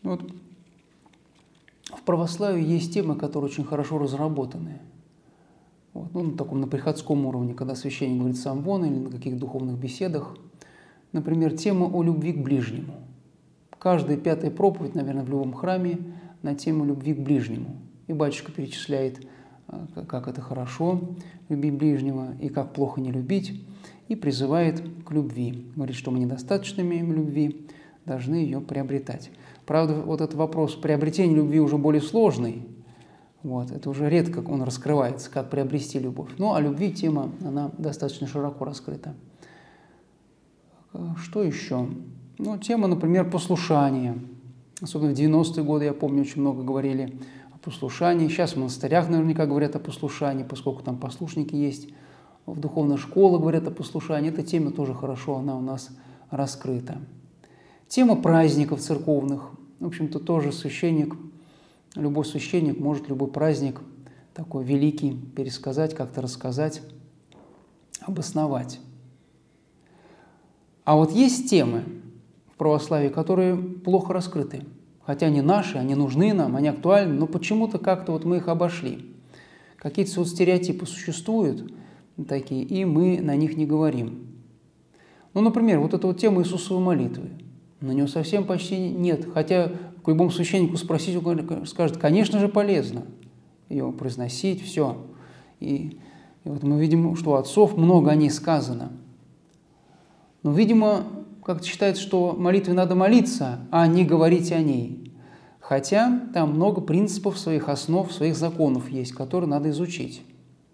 Вот в православии есть темы, которые очень хорошо разработаны. Вот. Ну, на приходском уровне, когда священник говорит сам вон или на каких духовных беседах. Например, тема о любви к ближнему. Каждая 5-я проповедь, наверное, в любом храме на тему любви к ближнему. И батюшка перечисляет, как это хорошо любить ближнего и как плохо не любить, и призывает к любви. Говорит, что мы недостаточно имеем любви, должны ее приобретать. Правда, вот этот вопрос приобретения любви уже более сложный. Вот, это уже редко он раскрывается, как приобрести любовь. Но о любви тема, она достаточно широко раскрыта. Что еще? Ну, тема, например, послушания. Особенно в 90-е годы, я помню, очень много говорили о послушании. Сейчас в монастырях наверняка говорят о послушании, поскольку там послушники есть. В духовной школе говорят о послушании. Эта тема тоже хорошо, она у нас раскрыта. Тема праздников церковных. В общем-то, тоже любой священник может любой праздник такой великий пересказать, как-то рассказать, обосновать. А вот есть темы в православии, которые плохо раскрыты. Хотя они наши, они нужны нам, они актуальны, но почему-то как-то вот мы их обошли. Какие-то вот стереотипы существуют такие, и мы на них не говорим. Ну, например, вот эта вот тема Иисусовой молитвы. На нее совсем почти нет. Хотя к любому священнику спросить, он скажет, конечно же, полезно ее произносить, все. И вот мы видим, что у отцов много о ней сказано. Но, видимо, как-то считается, что молитве надо молиться, а не говорить о ней. Хотя там много принципов, своих основ, своих законов есть, которые надо изучить.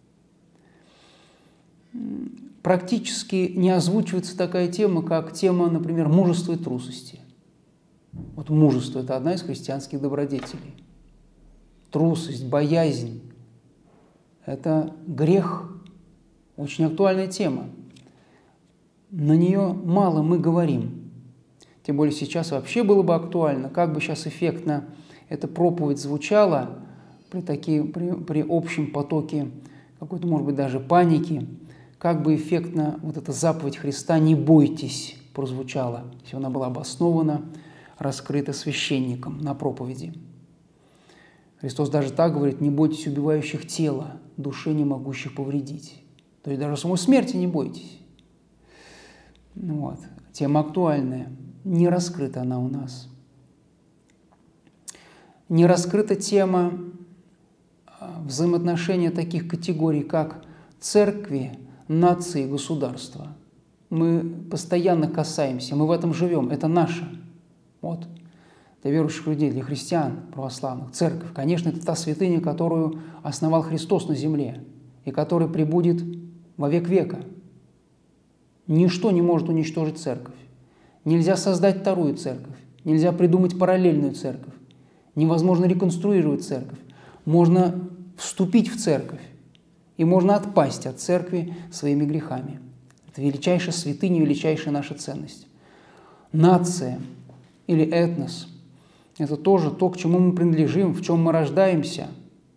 Практически не озвучивается такая тема, как тема, например, мужества и трусости. Вот мужество – это одна из христианских добродетелей. Трусость, боязнь – это грех, очень актуальная тема. На нее мало мы говорим. Тем более сейчас вообще было бы актуально, как бы сейчас эффектно эта проповедь звучала при общем потоке какой-то, может быть, даже паники, как бы эффектно вот эта заповедь Христа «не бойтесь» прозвучала, если она была обоснована, раскрыта священником на проповеди. Христос даже так говорит: «Не бойтесь убивающих тело, душе не могущих повредить». То есть даже самой смерти не бойтесь. Вот. Тема актуальная, не раскрыта она у нас. Не раскрыта тема взаимоотношения таких категорий, как церкви, нации и государства. Мы постоянно касаемся, мы в этом живем, это наше. Вот. Для верующих людей, для христиан православных, церковь, конечно, это та святыня, которую основал Христос на земле и которая пребудет во век века. Ничто не может уничтожить церковь. Нельзя создать вторую церковь, нельзя придумать параллельную церковь, невозможно реконструировать церковь. Можно вступить в церковь, и можно отпасть от церкви своими грехами. Это величайшая святыня, величайшая наша ценность. Нация или этнос – это тоже то, к чему мы принадлежим, в чем мы рождаемся.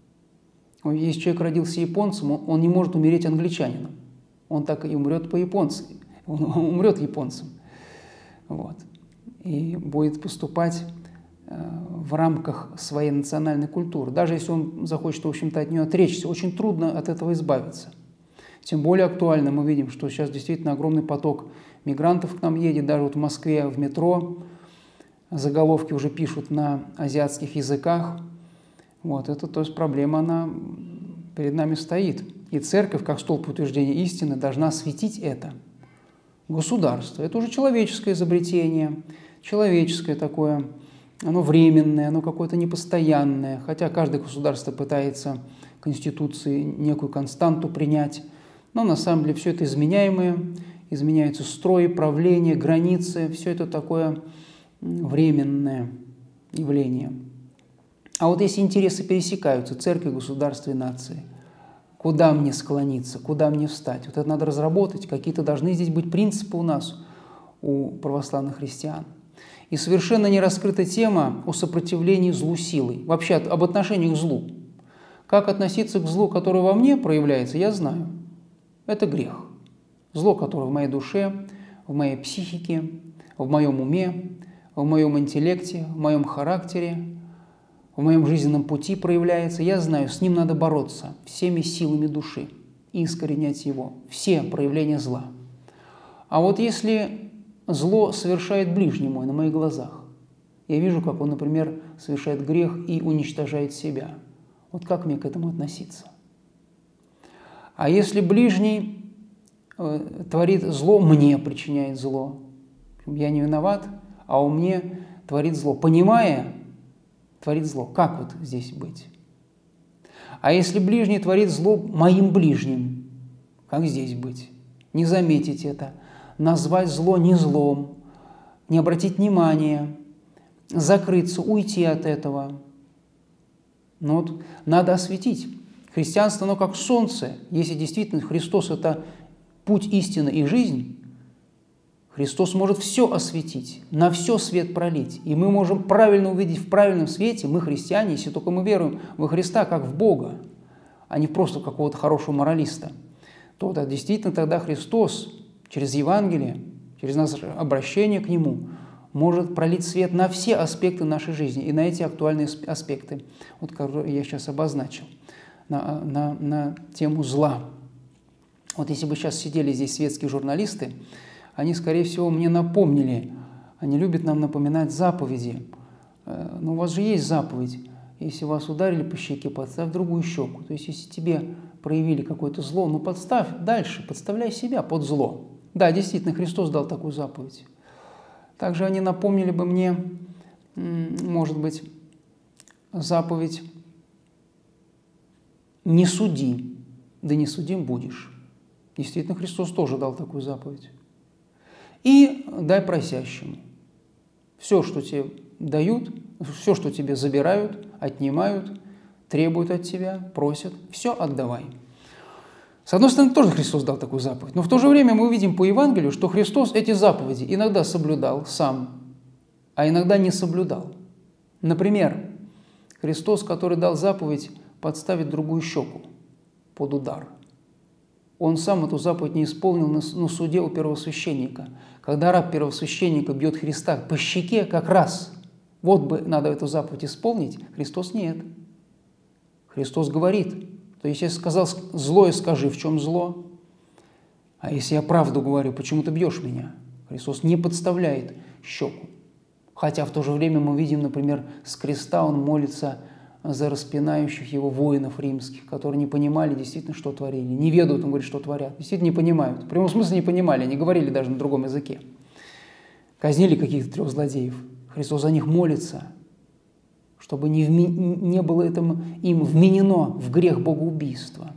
Если человек родился японцем, он не может умереть англичанином. Он так и умрет по-японски. Он умрет японцем. Вот. И будет поступать в рамках своей национальной культуры. Даже если он захочет, в общем-то, от нее отречься, очень трудно от этого избавиться. Тем более актуально мы видим, что сейчас действительно огромный поток мигрантов к нам едет. Даже вот в Москве в метро заголовки уже пишут на азиатских языках. Вот. Это, то есть проблема, она перед нами стоит. И церковь, как столб утверждения истины, должна осветить это. Государство – это уже человеческое изобретение, человеческое такое, оно временное, оно какое-то непостоянное, хотя каждое государство пытается Конституции некую константу принять, но на самом деле все это изменяемое, изменяются строи, правления, границы, все это такое временное явление. А вот если интересы пересекаются, церковь, государство и нации, куда мне склониться, куда мне встать? Вот это надо разработать, какие-то должны здесь быть принципы у нас, у православных христиан. И совершенно не раскрыта тема о сопротивлении злу силой, вообще об отношении к злу. Как относиться к злу, которое во мне проявляется, я знаю. Это грех. Зло, которое в моей душе, в моей психике, в моем уме, в в моем интеллекте, в моем характере, в моем жизненном пути проявляется, я знаю, с ним надо бороться всеми силами души и искоренять его, все проявления зла. А вот если зло совершает ближний мой на моих глазах, я вижу, как он, например, совершает грех и уничтожает себя. Вот как мне к этому относиться? А если ближний творит зло, мне причиняет зло, я не виноват, а он мне творит зло, понимая, творит зло, как вот здесь быть? А если ближний творит зло моим ближним, как здесь быть? Не заметить это, назвать зло не злом, не обратить внимания, закрыться, уйти от этого. Но вот надо осветить. Христианство, оно как солнце. Если действительно Христос – это путь истины и жизнь, Христос может все осветить, на все свет пролить. И мы можем правильно увидеть в правильном свете, мы христиане, если только мы веруем во Христа как в Бога, а не просто какого-то хорошего моралиста, то да, действительно тогда Христос через Евангелие, через наше обращение к Нему может пролить свет на все аспекты нашей жизни и на эти актуальные аспекты, вот, которые я сейчас обозначил, на тему зла. Вот если бы сейчас сидели здесь светские журналисты, они, скорее всего, мне напомнили, они любят нам напоминать заповеди. Но у вас же есть заповедь. Если вас ударили по щеке, подставь другую щеку. То есть, если тебе проявили какое-то зло, ну подставь дальше, подставляй себя под зло. Да, действительно, Христос дал такую заповедь. Также они напомнили бы мне, может быть, заповедь «не суди, да не судим будешь». Действительно, Христос тоже дал такую заповедь. И дай просящему. Все, что тебе дают, все, что тебе забирают, отнимают, требуют от тебя, просят, все отдавай. С одной стороны, тоже Христос дал такую заповедь, но в то же время мы видим по Евангелию, что Христос эти заповеди иногда соблюдал сам, а иногда не соблюдал. Например, Христос, который дал заповедь подставить другую щеку под удар, он сам эту заповедь не исполнил на суде у первосвященника. Когда раб первосвященника бьет Христа по щеке, как раз, вот бы надо эту заповедь исполнить, Христос нет. Христос говорит, то есть, если я сказал злое, скажи, в чем зло, а если я правду говорю, почему ты бьешь меня? Христос не подставляет щеку. Хотя в то же время мы видим, например, с креста он молится за распинающих его воинов римских, которые не понимали действительно, что творили. Не ведают, он говорит, что творят. Действительно не понимают. В прямом смысле не понимали, они говорили даже на другом языке. Казнили каких-то 3 злодеев. Христос за них молится, чтобы не было им вменено в грех богоубийства.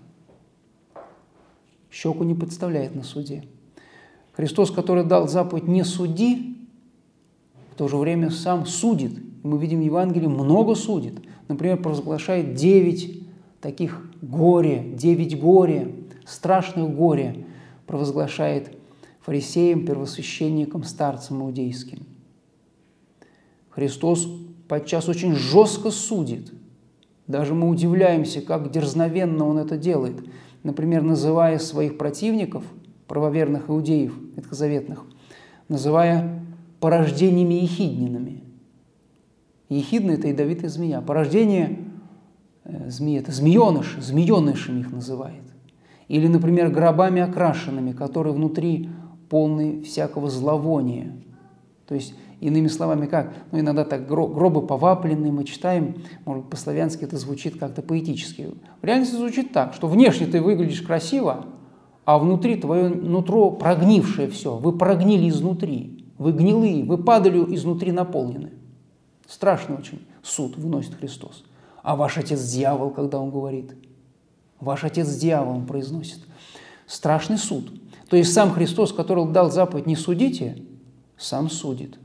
Щеку не подставляет на суде. Христос, который дал заповедь «не суди», в то же время сам судит. И мы видим в Евангелии, много судит. Например, провозглашает 9 таких горя, 9 горя, страшных горя провозглашает фарисеям, первосвященникам, старцам иудейским. Христос подчас очень жестко судит. Даже мы удивляемся, как дерзновенно Он это делает. Например, называя своих противников, правоверных иудеев, ветхозаветных, называя порождениями ехиднинами. Ехидна – это ядовитая змея. Порождение змеи – это змееныши, змеенышами их называет. Или, например, гробами окрашенными, которые внутри полны всякого зловония. То есть, иными словами, как? Ну, иногда так гробы повапленные мы читаем, может быть, по-славянски это звучит как-то поэтически. В реальности звучит так, что внешне ты выглядишь красиво, а внутри твое нутро прогнившее все. Вы прогнили изнутри, вы гнилые, вы падалью изнутри наполнены. Страшный очень суд выносит Христос. А ваш отец дьявол, когда он говорит, ваш отец дьявол, он произносит. Страшный суд. То есть сам Христос, который дал заповедь «не судите», сам судит.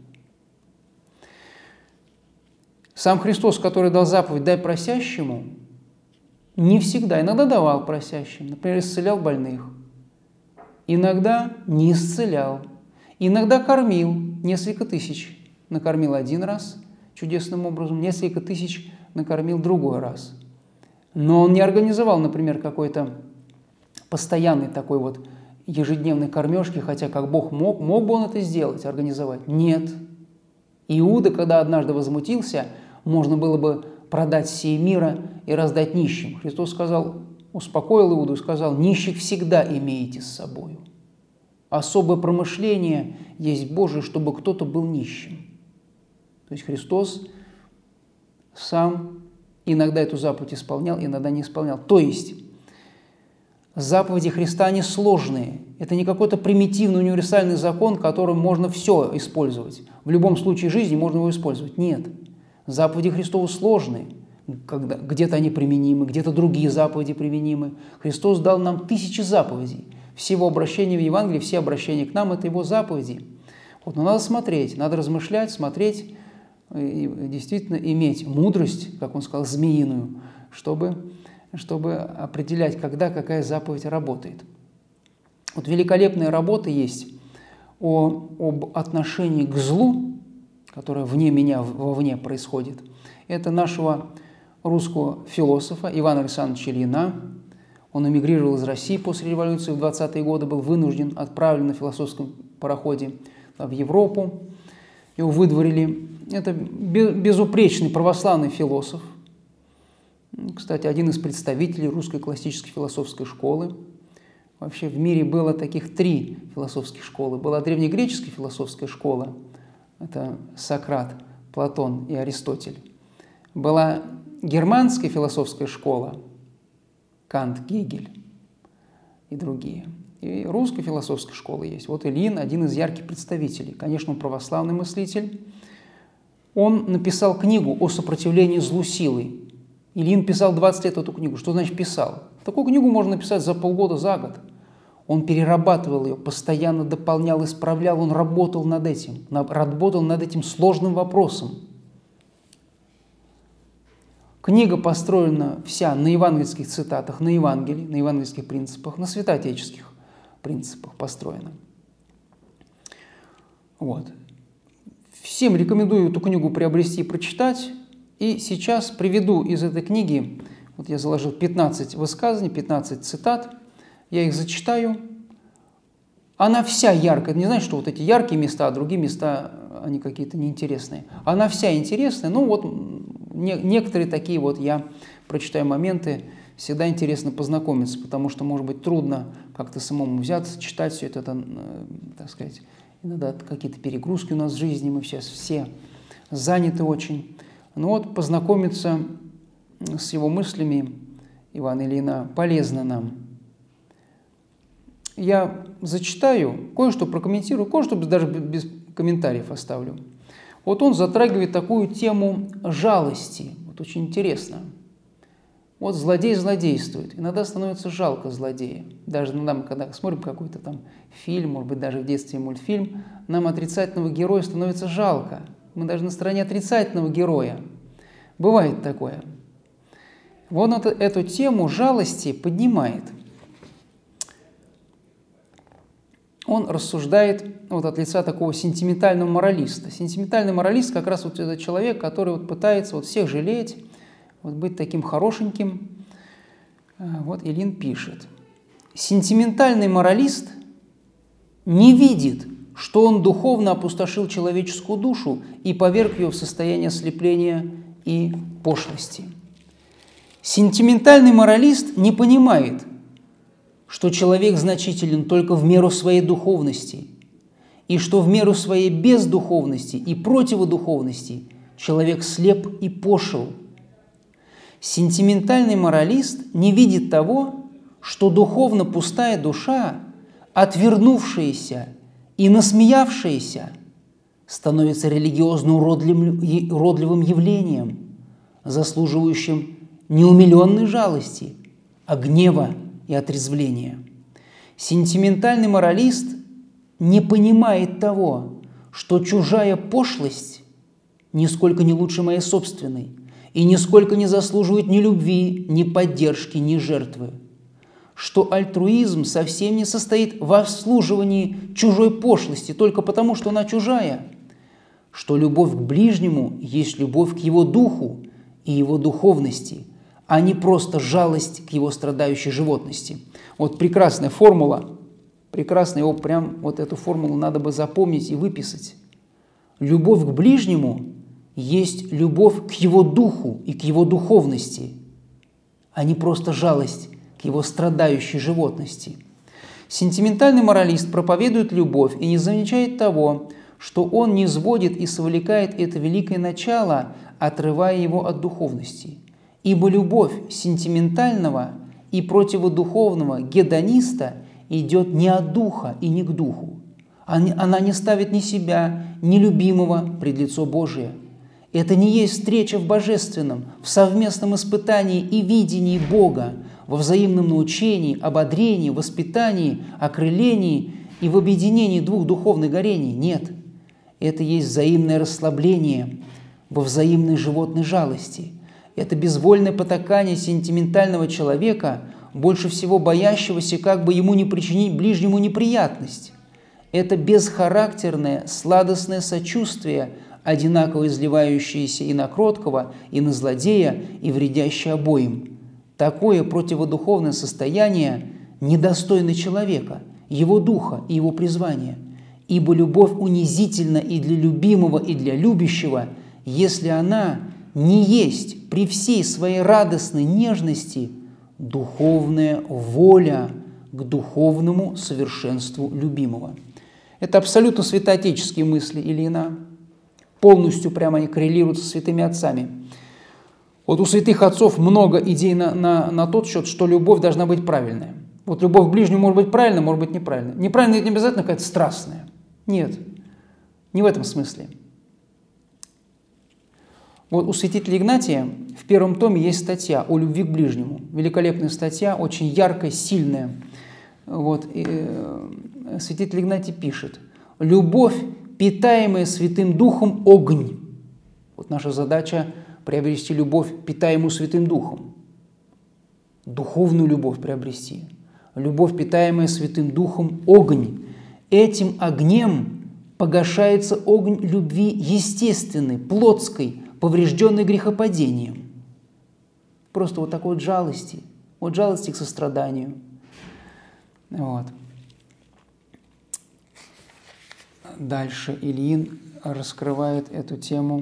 Сам Христос, который дал заповедь «дай просящему», не всегда, иногда давал просящим, например, исцелял больных, иногда не исцелял, иногда кормил, несколько тысяч накормил один раз чудесным образом, несколько тысяч накормил другой раз. Но он не организовал, например, какой-то постоянный такой вот ежедневной кормежки, хотя как Бог мог бы он это сделать, организовать? Нет. Иуда, когда однажды возмутился, можно было бы продать сей мира и раздать нищим. Христос сказал, успокоил Иуду и сказал: нищих всегда имеете с собою. Особое промышление есть Божие, чтобы кто-то был нищим. То есть Христос сам иногда эту заповедь исполнял, иногда не исполнял. То есть заповеди Христа не сложные. Это не какой-то примитивный универсальный закон, которым можно все использовать. В любом случае жизни можно его использовать. Нет. Заповеди Христовы сложные. Где-то они применимы, где-то другие заповеди применимы. Христос дал нам 1000 заповедей. Все его обращения в Евангелии, все обращения к нам – это его заповеди. Вот, но надо смотреть, надо размышлять, смотреть и действительно иметь мудрость, как он сказал, змеиную, чтобы определять, когда какая заповедь работает. Вот великолепная работа есть об отношении к злу, которое вне меня, вовне происходит. Это нашего русского философа Ивана Александровича Ильина. Он эмигрировал из России после революции в 20-е годы, был вынужден, отправлен на философском пароходе в Европу. Его выдворили. Это безупречный православный философ. Кстати, один из представителей русской классической философской школы. Вообще в мире было таких 3 философских школы. Была древнегреческая философская школа, это Сократ, Платон и Аристотель. Была германская философская школа, Кант, Гегель и другие. И русская философская школа есть. Вот Ильин один из ярких представителей. Конечно, он православный мыслитель. Он написал книгу о сопротивлении злу силой. Ильин писал 20 лет эту книгу. Что значит писал? Такую книгу можно написать за полгода, за год. Он перерабатывал ее, постоянно дополнял, исправлял, он работал над этим сложным вопросом. Книга построена вся на евангельских цитатах, на Евангелии, на евангельских принципах, на святоотеческих принципах построена. Вот. Всем рекомендую эту книгу приобрести и прочитать. И сейчас приведу из этой книги, вот я заложил 15 высказываний, 15 цитат, я их зачитаю. Она вся яркая, не значит, что вот эти яркие места, а другие места, они какие-то неинтересные. Она вся интересная, ну вот некоторые такие вот я прочитаю моменты, всегда интересно познакомиться, потому что, может быть, трудно как-то самому взяться, читать все это, так сказать, иногда какие-то перегрузки у нас в жизни, мы сейчас все заняты очень. Ну вот, познакомиться с его мыслями Ивана Ильина полезно нам. Я зачитаю, кое-что прокомментирую, кое-что даже без комментариев оставлю. Вот он затрагивает такую тему жалости. Вот очень интересно. Вот злодей злодействует. Иногда становится жалко злодея. Даже иногда мы, когда смотрим какой-то там фильм, может быть, даже в детстве мультфильм, нам отрицательного героя становится жалко. Мы даже на стороне отрицательного героя. Бывает такое. Вот он эту тему жалости поднимает. Он рассуждает вот от лица такого сентиментального моралиста. Сентиментальный моралист как раз вот этот человек, который вот пытается вот всех жалеть, вот быть таким хорошеньким. Вот Ильин пишет. Сентиментальный моралист не видит, что он духовно опустошил человеческую душу и поверг ее в состояние ослепления и пошлости. Сентиментальный моралист не понимает, что человек значителен только в меру своей духовности, и что в меру своей бездуховности и противодуховности человек слеп и пошел. Сентиментальный моралист не видит того, что духовно пустая душа, отвернувшаяся и насмеявшаяся, становится религиозно уродливым явлением, заслуживающим не умиленной жалости, а гнева и отрезвления. Сентиментальный моралист не понимает того, что чужая пошлость нисколько не лучше моей собственной и нисколько не заслуживает ни любви, ни поддержки, ни жертвы, что альтруизм совсем не состоит в обслуживании чужой пошлости только потому, что она чужая, что любовь к ближнему есть любовь к его духу и его духовности, а не просто жалость к его страдающей животности. Вот прекрасная формула, прекрасная, его прям вот эту формулу надо бы запомнить и выписать. Любовь к ближнему есть любовь к его духу и к его духовности, а не просто жалость к его страдающей животности. Сентиментальный моралист проповедует любовь и не замечает того, что он низводит и совлекает это великое начало, отрывая его от духовности. Ибо любовь сентиментального и противодуховного гедониста идет не от духа и не к духу. Она не ставит ни себя, ни любимого пред лицо Божие. Это не есть встреча в божественном, в совместном испытании и видении Бога, во взаимном научении, ободрении, воспитании, окрылении и в объединении двух духовных горений. Нет, это есть взаимное расслабление во взаимной животной жалости. Это безвольное потакание сентиментального человека, больше всего боящегося, как бы ему не причинить ближнему неприятность. Это бесхарактерное, сладостное сочувствие, одинаково изливающееся и на кроткого, и на злодея, и вредящее обоим. Такое противодуховное состояние недостойно человека, его духа и его призвания. Ибо любовь унизительна и для любимого, и для любящего, если она не есть при всей своей радостной нежности духовная воля к духовному совершенству любимого. Это абсолютно святоотеческие мысли Ильина. Полностью прямо они коррелируют со святыми отцами. Вот у святых отцов много идей на тот счет, что любовь должна быть правильная. Вот любовь к ближнему может быть правильная, может быть неправильная. Неправильная – это не обязательно какая-то страстная. Нет, не в этом смысле. Вот у святителя Игнатия в первом томе есть статья о любви к ближнему. Великолепная статья, очень яркая, сильная. Вот. Святитель Игнатий пишет: «Любовь, питаемая Святым Духом, огонь». Вот наша задача – приобрести любовь, питаемую Святым Духом. Духовную любовь приобрести. Любовь, питаемая Святым Духом, огонь. Этим огнем погашается огонь любви естественной, плотской, поврежденной грехопадением. Просто вот такой вот жалости к состраданию. Вот. Дальше Ильин раскрывает эту тему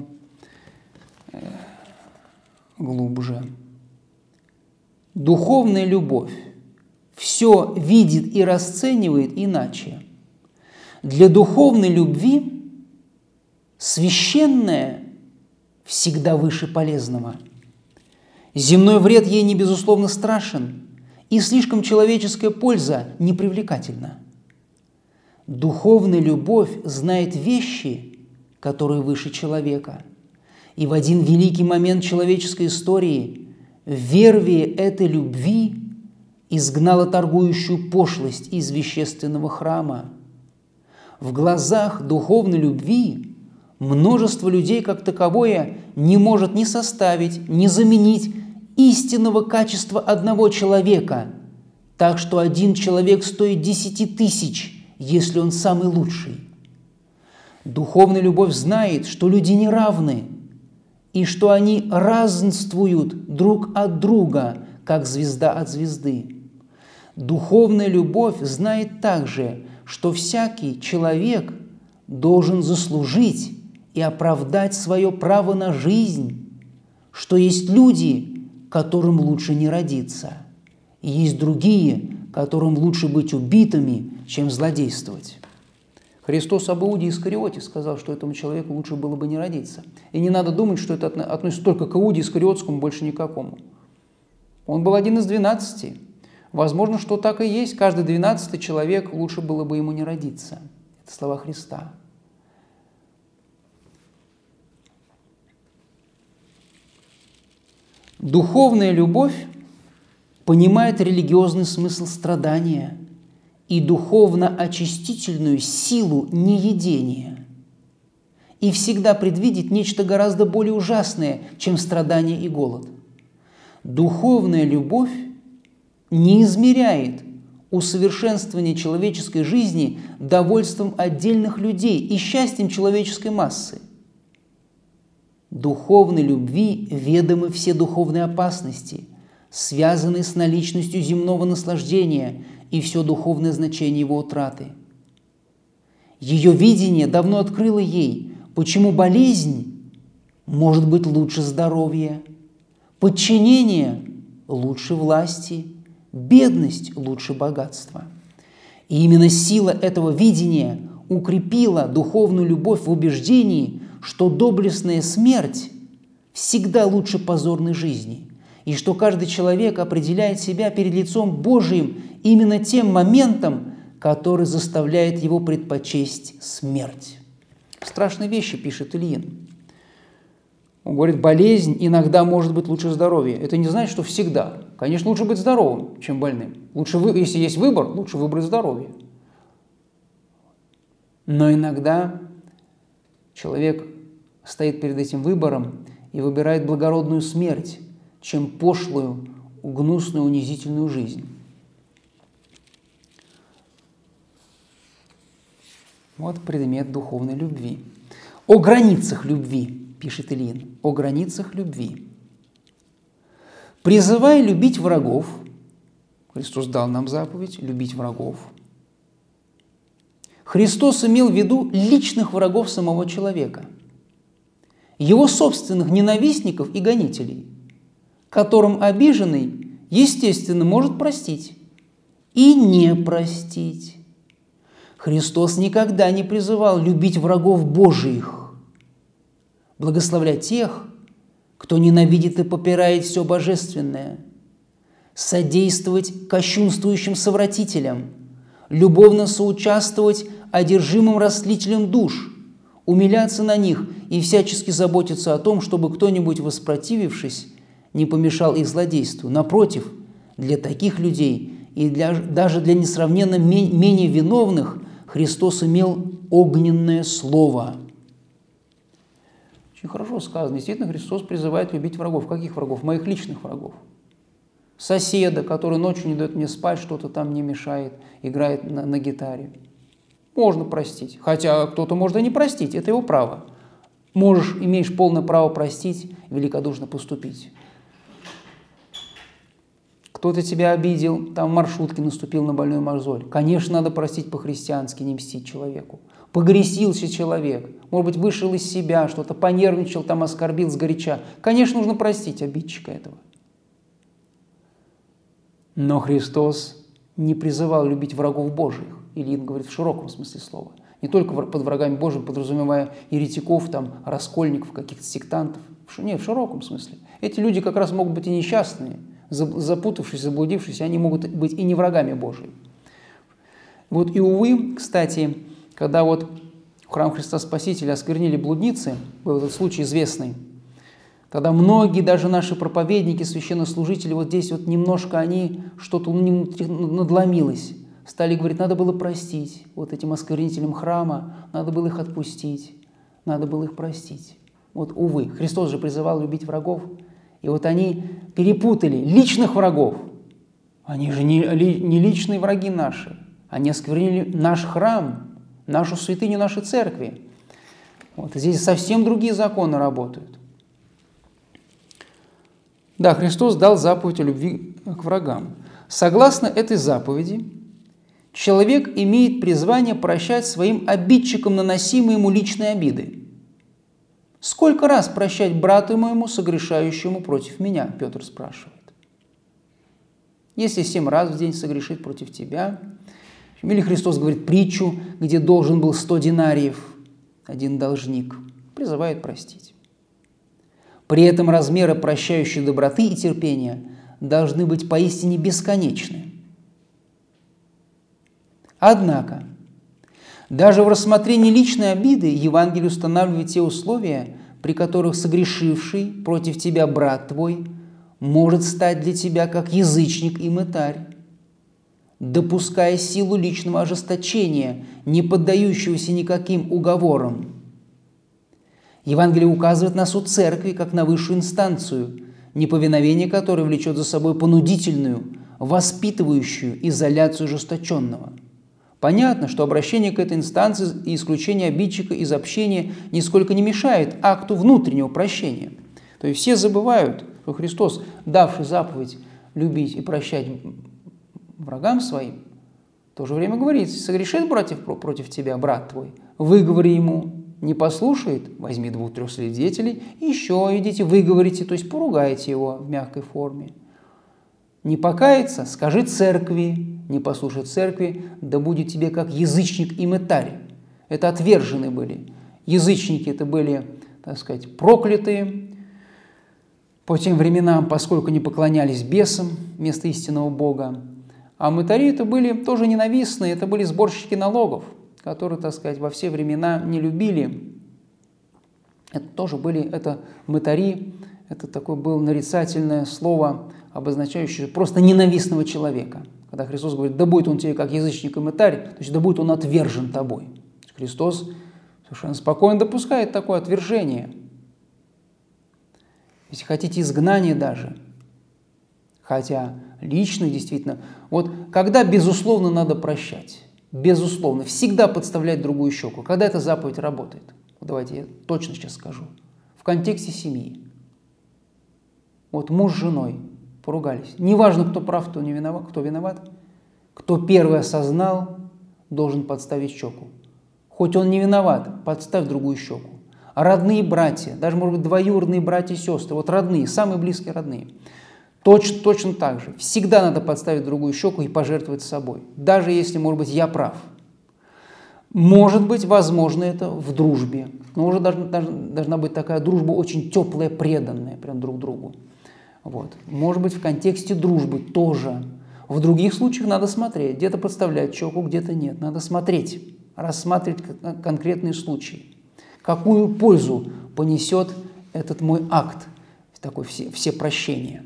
глубже. Духовная любовь все видит и расценивает иначе. Для духовной любви священное всегда выше полезного. Земной вред ей не безусловно страшен, и слишком человеческая польза непривлекательна. Духовная любовь знает вещи, которые выше человека. И в один великий момент человеческой истории вервие этой любви изгнало торгующую пошлость из вещественного храма. В глазах духовной любви множество людей как таковое не может ни составить, ни заменить истинного качества одного человека, так что один человек стоит 10 тысяч, если он самый лучший. Духовная любовь знает, что люди не равны, и что они разнствуют друг от друга, как звезда от звезды. Духовная любовь знает также, что всякий человек должен заслужить и оправдать свое право на жизнь, что есть люди, которым лучше не родиться, и есть другие, которым лучше быть убитыми, чем злодействовать. Христос об Иуде Искариоте сказал, что этому человеку лучше было бы не родиться. И не надо думать, что это относится только к Иуде Искариотскому, больше никакому. Он был один из 12. Возможно, что так и есть. Каждый 12-й человек лучше было бы ему не родиться. Это слова Христа. Духовная любовь понимает религиозный смысл страдания и духовно-очистительную силу неедения и всегда предвидит нечто гораздо более ужасное, чем страдание и голод. Духовная любовь не измеряет усовершенствование человеческой жизни довольством отдельных людей и счастьем человеческой массы. Духовной любви ведомы все духовные опасности, связанные с наличностью земного наслаждения и все духовное значение его утраты. Ее видение давно открыло ей Почему болезнь может быть лучше здоровья, подчинение лучше власти, бедность лучше богатства. И именно сила этого видения укрепила духовную любовь в убеждении, что доблестная смерть всегда лучше позорной жизни, и что каждый человек определяет себя перед лицом Божиим именно тем моментом, который заставляет его предпочесть смерть. Страшные вещи пишет Ильин. Он говорит, болезнь иногда может быть лучше здоровья. Это не значит, что всегда. Конечно, лучше быть здоровым, чем больным. Лучше, если есть выбор, лучше выбрать здоровье. Но иногда человек стоит перед этим выбором и выбирает благородную смерть, чем пошлую, гнусную, унизительную жизнь. Вот предмет духовной любви. О границах любви, пишет Ильин, о границах любви. Призывая любить врагов, Христос дал нам заповедь любить врагов. Христос имел в виду личных врагов самого человека, его собственных ненавистников и гонителей, которым обиженный, естественно, может простить и не простить. Христос никогда не призывал любить врагов Божиих, благословлять тех, кто ненавидит и попирает все божественное, содействовать кощунствующим совратителям, любовно соучаствовать одержимым растлителям душ, умиляться на них и всячески заботиться о том, чтобы кто-нибудь, воспротивившись, не помешал их злодейству. Напротив, для таких людей и даже для несравненно менее виновных Христос имел огненное слово. Очень хорошо сказано. Действительно, Христос призывает любить врагов. Каких врагов? Моих личных врагов. Соседа, который ночью не дает мне спать, что-то там не мешает, играет на гитаре. Можно простить. Хотя кто-то может и не простить, это его право. Имеешь полное право простить, великодушно поступить. Кто-то тебя обидел, там в маршрутке наступил на больную мозоль. Конечно, надо простить по-христиански, не мстить человеку. Погорячился человек, может быть, вышел из себя, что-то понервничал, там оскорбил сгоряча. Конечно, нужно простить обидчика этого. Но Христос не призывал любить врагов Божьих. Ильин говорит в широком смысле слова. Не только под врагами Божьими, подразумевая еретиков, там, раскольников, каких-то сектантов. Нет, в широком смысле. Эти люди как раз могут быть и несчастные, запутавшись, заблудившись, они могут быть и не врагами Божьими. Вот и увы, кстати, когда вот в храм Христа Спасителя осквернили блудницы, был этот случай известный, тогда многие, даже наши проповедники, священнослужители, вот здесь вот немножко они, что-то надломилось, стали говорить, надо было простить вот этим осквернителям храма, надо было их отпустить, надо было их простить. Вот, увы, Христос же призывал любить врагов, и вот они перепутали личных врагов. Они же не личные враги наши. Они осквернили наш храм, нашу святыню, нашей церкви. Вот, здесь совсем другие законы работают. Да, Христос дал заповедь о любви к врагам. Согласно этой заповеди, человек имеет призвание прощать своим обидчикам наносимые ему личные обиды. «Сколько раз прощать брату моему, согрешающему против меня?» Петр спрашивает. Если 7 раз в день согрешит против тебя, или Христос говорит притчу, где должен был 100 динариев, один должник, призывает простить. При этом размеры прощающей доброты и терпения должны быть поистине бесконечны. Однако, даже в рассмотрении личной обиды Евангелие устанавливает те условия, при которых согрешивший против тебя брат твой может стать для тебя как язычник и мытарь, допуская силу личного ожесточения, не поддающегося никаким уговорам. Евангелие указывает на суд церкви как на высшую инстанцию, неповиновение которой влечет за собой понудительную, воспитывающую изоляцию ожесточенного. Понятно, что обращение к этой инстанции и исключение обидчика из общения нисколько не мешает акту внутреннего прощения. То есть все забывают, что Христос, давший заповедь любить и прощать врагам своим, в то же время говорит, согрешит братьев против тебя, брат твой, выговори ему, Не послушает? Возьми 2-3 свидетелей, еще идите, выговорите, то есть поругайте его в мягкой форме. Не покается? Скажи церкви. Не послушай церкви, да будет тебе как язычник и мытарь. Это отвержены были. Язычники это были, так сказать, проклятые по тем временам, поскольку не поклонялись бесам вместо истинного Бога. А мытари это были тоже ненавистные, это были сборщики налогов, которые, так сказать, во все времена не любили. Это тоже были, это мытари, это такое было нарицательное слово, обозначающее просто ненавистного человека. Когда Христос говорит, да будет он тебе как язычник и мытарь, то есть да будет он отвержен тобой. Христос совершенно спокойно допускает такое отвержение. Если хотите, изгнание даже. Хотя лично, действительно, вот когда безусловно надо прощать, безусловно, всегда подставлять другую щеку, когда эта заповедь работает. Вот давайте я точно сейчас скажу. В контексте семьи. Вот муж с женой поругались. Неважно, кто прав, кто не виноват, кто виноват. Кто первый осознал, должен подставить щеку. Хоть он не виноват, подставь другую щеку. А родные братья, даже, может быть, двоюродные братья и сестры, вот родные, самые близкие родные, точно так же. Всегда надо подставить другую щеку и пожертвовать собой. Даже если, может быть, я прав. Может быть, возможно, это в дружбе. Но уже должна быть такая дружба очень теплая, преданная прям друг другу. Вот. Может быть, в контексте дружбы тоже. В других случаях надо смотреть. Где-то подставлять щеку, где-то нет. Надо смотреть, рассматривать конкретные случаи. Какую пользу понесет этот мой акт, такой все прощения.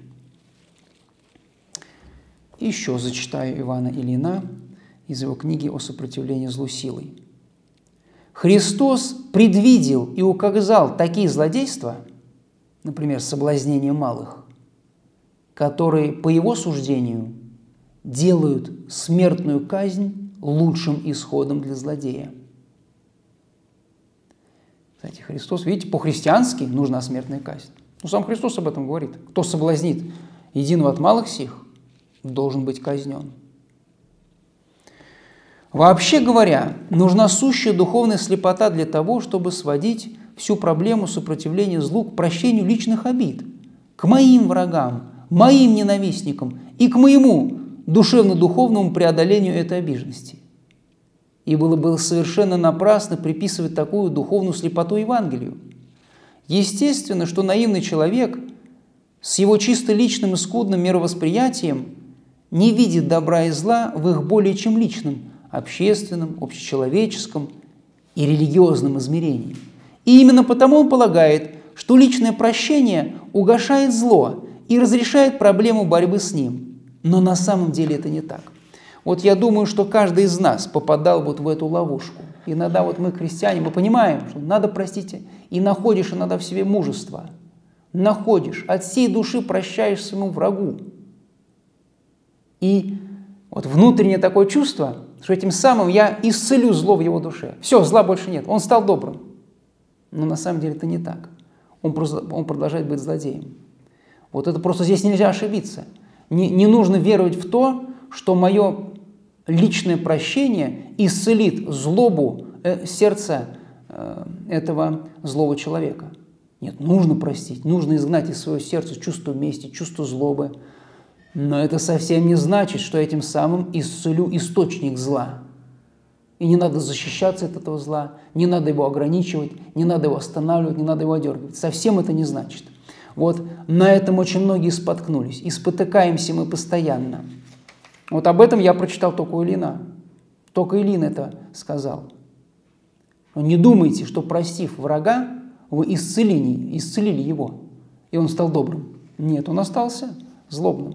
Еще зачитаю Ивана Ильина из его книги «О сопротивлении злу силой». Христос предвидел и указал такие злодейства, например, соблазнение малых, которые, по его суждению, делают смертную казнь лучшим исходом для злодея. Кстати, Христос, видите, по-христиански нужна смертная казнь. Ну, сам Христос об этом говорит. Кто соблазнит единого от малых сих, должен быть казнен. Вообще говоря, нужна сущая духовная слепота для того, чтобы сводить всю проблему сопротивления злу к прощению личных обид, к моим врагам, моим ненавистникам и к моему душевно-духовному преодолению этой обиженности. И было бы совершенно напрасно приписывать такую духовную слепоту Евангелию. Естественно, что наивный человек с его чисто личным и скудным мировосприятием не видит добра и зла в их более чем личном, общественном, общечеловеческом и религиозном измерении. И именно потому он полагает, что личное прощение угашает зло и разрешает проблему борьбы с ним. Но на самом деле это не так. Вот я думаю, что каждый из нас попадал вот в эту ловушку. Иногда вот мы, христиане, мы понимаем, что надо простить, и находишь иногда в себе мужество. Находишь, от всей души прощаешь своему врагу. И вот внутреннее такое чувство, что этим самым я исцелю зло в его душе. Все, зла больше нет, он стал добрым. Но на самом деле это не так. Он продолжает быть злодеем. Вот это просто здесь нельзя ошибиться. Не нужно веровать в то, что мое личное прощение исцелит злобу сердца этого злого человека. Нет, нужно простить, нужно изгнать из своего сердца чувство мести, чувство злобы. Но это совсем не значит, что этим самым исцелю источник зла. И не надо защищаться от этого зла, не надо его ограничивать, не надо его останавливать, не надо его одергивать. Совсем это не значит. Вот на этом очень многие споткнулись. И спотыкаемся мы постоянно. Вот об этом я прочитал только у Ильина. Только Ильин это сказал. Не думайте, что, простив врага, вы исцелили его, и он стал добрым. Нет, он остался злобным.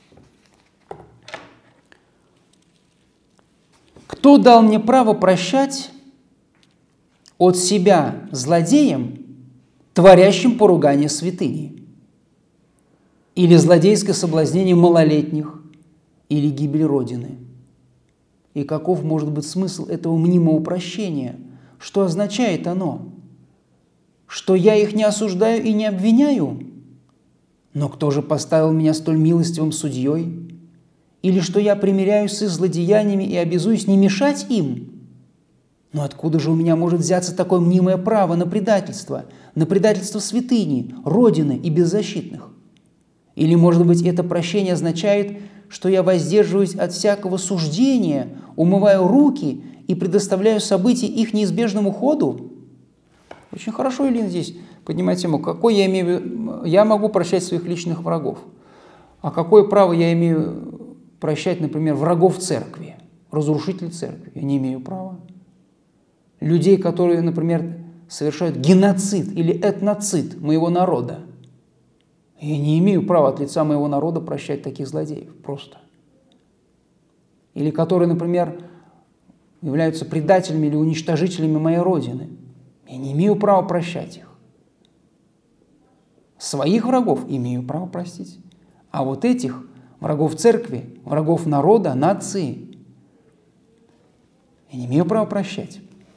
Кто дал мне право прощать от себя злодеям, творящим поругание святыни, или злодейское соблазнение малолетних, или гибель Родины? И каков может быть смысл этого мнимого прощения? Что означает оно? Что я их не осуждаю и не обвиняю? Но кто же поставил меня столь милостивым судьей? Или что я примиряюсь с их злодеяниями и обязуюсь не мешать им? Но откуда же у меня может взяться такое мнимое право на предательство святыни, Родины и беззащитных? Или, может быть, это прощение означает, что я воздерживаюсь от всякого суждения, умываю руки и предоставляю события их неизбежному ходу? Очень хорошо Илин здесь поднимает тему, какой я могу прощать своих личных врагов, а какое право я имею прощать, например, врагов церкви, разрушителей церкви? Я не имею права. Людей, которые, например, совершают геноцид или этноцид моего народа. Я не имею права от лица моего народа прощать таких злодеев просто. Или которые, например, являются предателями или уничтожителями моей Родины. Я не имею права прощать их. Своих врагов имею право простить. А вот этих врагов церкви, врагов народа, нации, я не имею права прощать.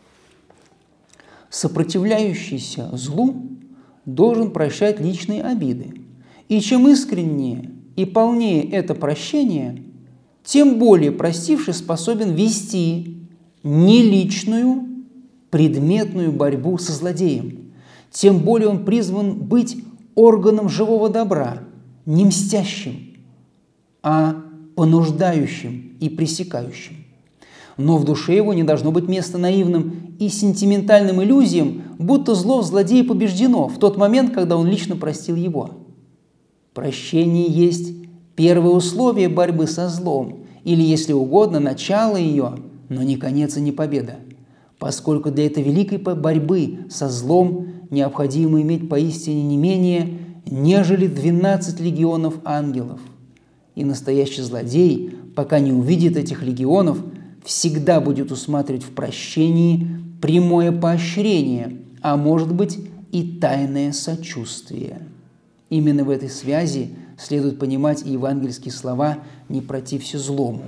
Сопротивляющийся злу должен прощать личные обиды. И чем искреннее и полнее это прощение, тем более простивший способен вести не личную, предметную борьбу со злодеем, тем более он призван быть органом живого добра, не мстящим, а понуждающим и пресекающим. Но в душе его не должно быть места наивным и сентиментальным иллюзиям, будто зло в злодее побеждено в тот момент, когда он лично простил его. Прощение есть первое условие борьбы со злом, или, если угодно, начало ее, но не конец и не победа, поскольку для этой великой борьбы со злом необходимо иметь поистине не менее, нежели 12 легионов ангелов. И настоящий злодей, пока не увидит этих легионов, всегда будет усматривать в прощении прямое поощрение, а может быть и тайное сочувствие. Именно в этой связи следует понимать и евангельские слова «не протився злому».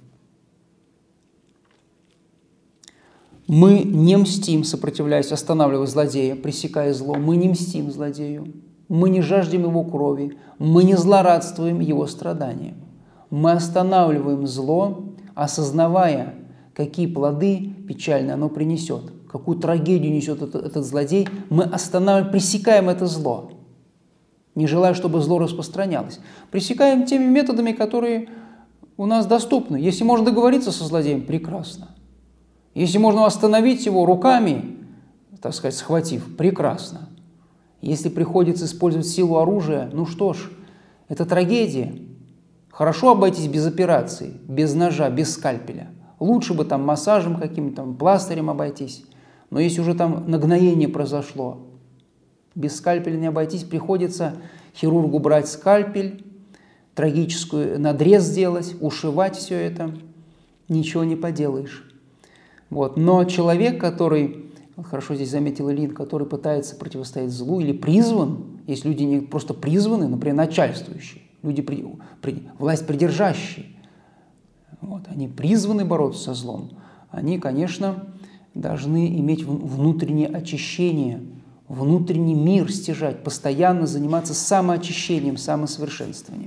Мы не мстим, сопротивляясь, останавливая злодея, пресекая зло. Мы не мстим злодею, мы не жаждем его крови, мы не злорадствуем его страданиям. Мы останавливаем зло, осознавая, какие плоды печальные оно принесет, какую трагедию несет этот злодей. Мы останавливаем, пресекаем это зло, не желая, чтобы зло распространялось. Пресекаем теми методами, которые у нас доступны. Если можно договориться со злодеем, прекрасно. Если можно остановить его руками, так сказать, схватив, прекрасно. Если приходится использовать силу оружия, ну что ж, это трагедия. Хорошо обойтись без операции, без ножа, без скальпеля. Лучше бы там массажем каким-то, там, пластырем обойтись. Но если уже там нагноение произошло, без скальпеля не обойтись, приходится хирургу брать скальпель, трагическую надрез сделать, ушивать все это. Ничего не поделаешь. Вот. Но человек, который, хорошо здесь заметил Илин, который пытается противостоять злу или призван, есть люди не просто призваны, например, начальствующие, люди, власть придержащие, вот, они призваны бороться со злом, они, конечно, должны иметь внутреннее очищение, внутренний мир стяжать, постоянно заниматься самоочищением, самосовершенствованием.